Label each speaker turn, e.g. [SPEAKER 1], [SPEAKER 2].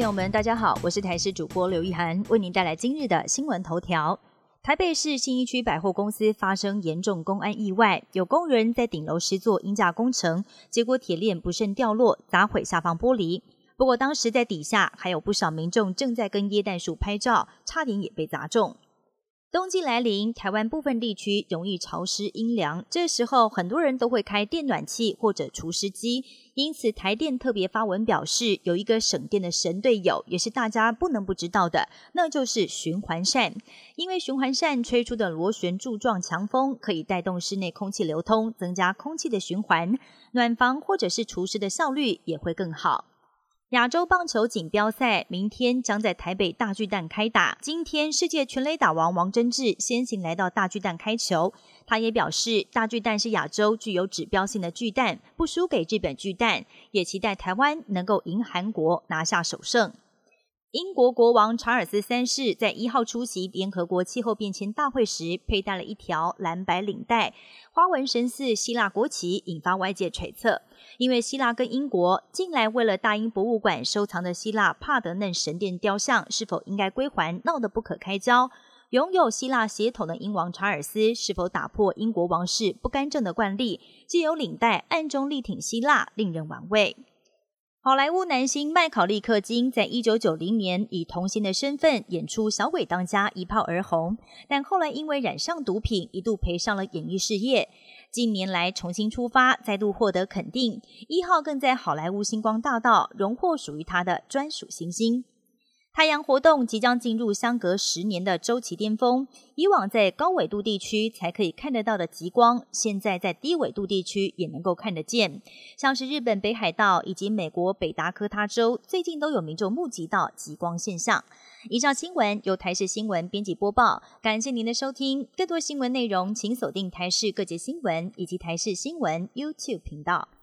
[SPEAKER 1] 友们，大家好，我是台视主播刘一涵，为您带来今日的新闻头条。台北市信义区百货公司发生严重公安意外，有工人在顶楼施作鹰架工程，结果铁链不慎掉落，砸毁下方玻璃。不过当时在底下还有不少民众正在跟椰蛋树拍照，差点也被砸中。冬季来临，台湾部分地区容易潮湿阴凉，这时候很多人都会开电暖气或者除湿机，因此台电特别发文表示，有一个省电的神队友，也是大家不能不知道的，那就是循环扇。因为循环扇吹出的螺旋柱状强风可以带动室内空气流通，增加空气的循环，暖房或者是除湿的效率也会更好。亚洲棒球锦标赛明天将在台北大巨蛋开打。今天世界全垒打王王贞治先行来到大巨蛋开球，他也表示大巨蛋是亚洲具有指标性的巨蛋，不输给日本巨蛋，也期待台湾能够赢韩国拿下首胜。英国国王查尔斯三世在1号出席联合国气候变迁大会时，佩戴了一条蓝白领带，花纹神似希腊国旗，引发外界揣测。因为希腊跟英国近来为了大英博物馆收藏的希腊帕德嫩神殿雕像是否应该归还闹得不可开交，拥有希腊血统的英王查尔斯是否打破英国王室不干政的惯例，藉由领带暗中力挺希腊，令人玩味。好莱坞男星麦考利·克金在1990年以童星的身份演出《小鬼当家》一炮而红，但后来因为染上毒品，一度赔上了演艺事业。近年来重新出发，再度获得肯定，1号更在好莱坞星光大道荣获属于他的专属星星。太阳活动即将进入相隔10年的周期巅峰，以往在高纬度地区才可以看得到的极光，现在在低纬度地区也能够看得见。像是日本北海道以及美国北达科他州，最近都有民众目击到极光现象。以上新闻由台视新闻编辑播报，感谢您的收听。更多新闻内容请锁定台视各节新闻以及台视新闻 YouTube 频道。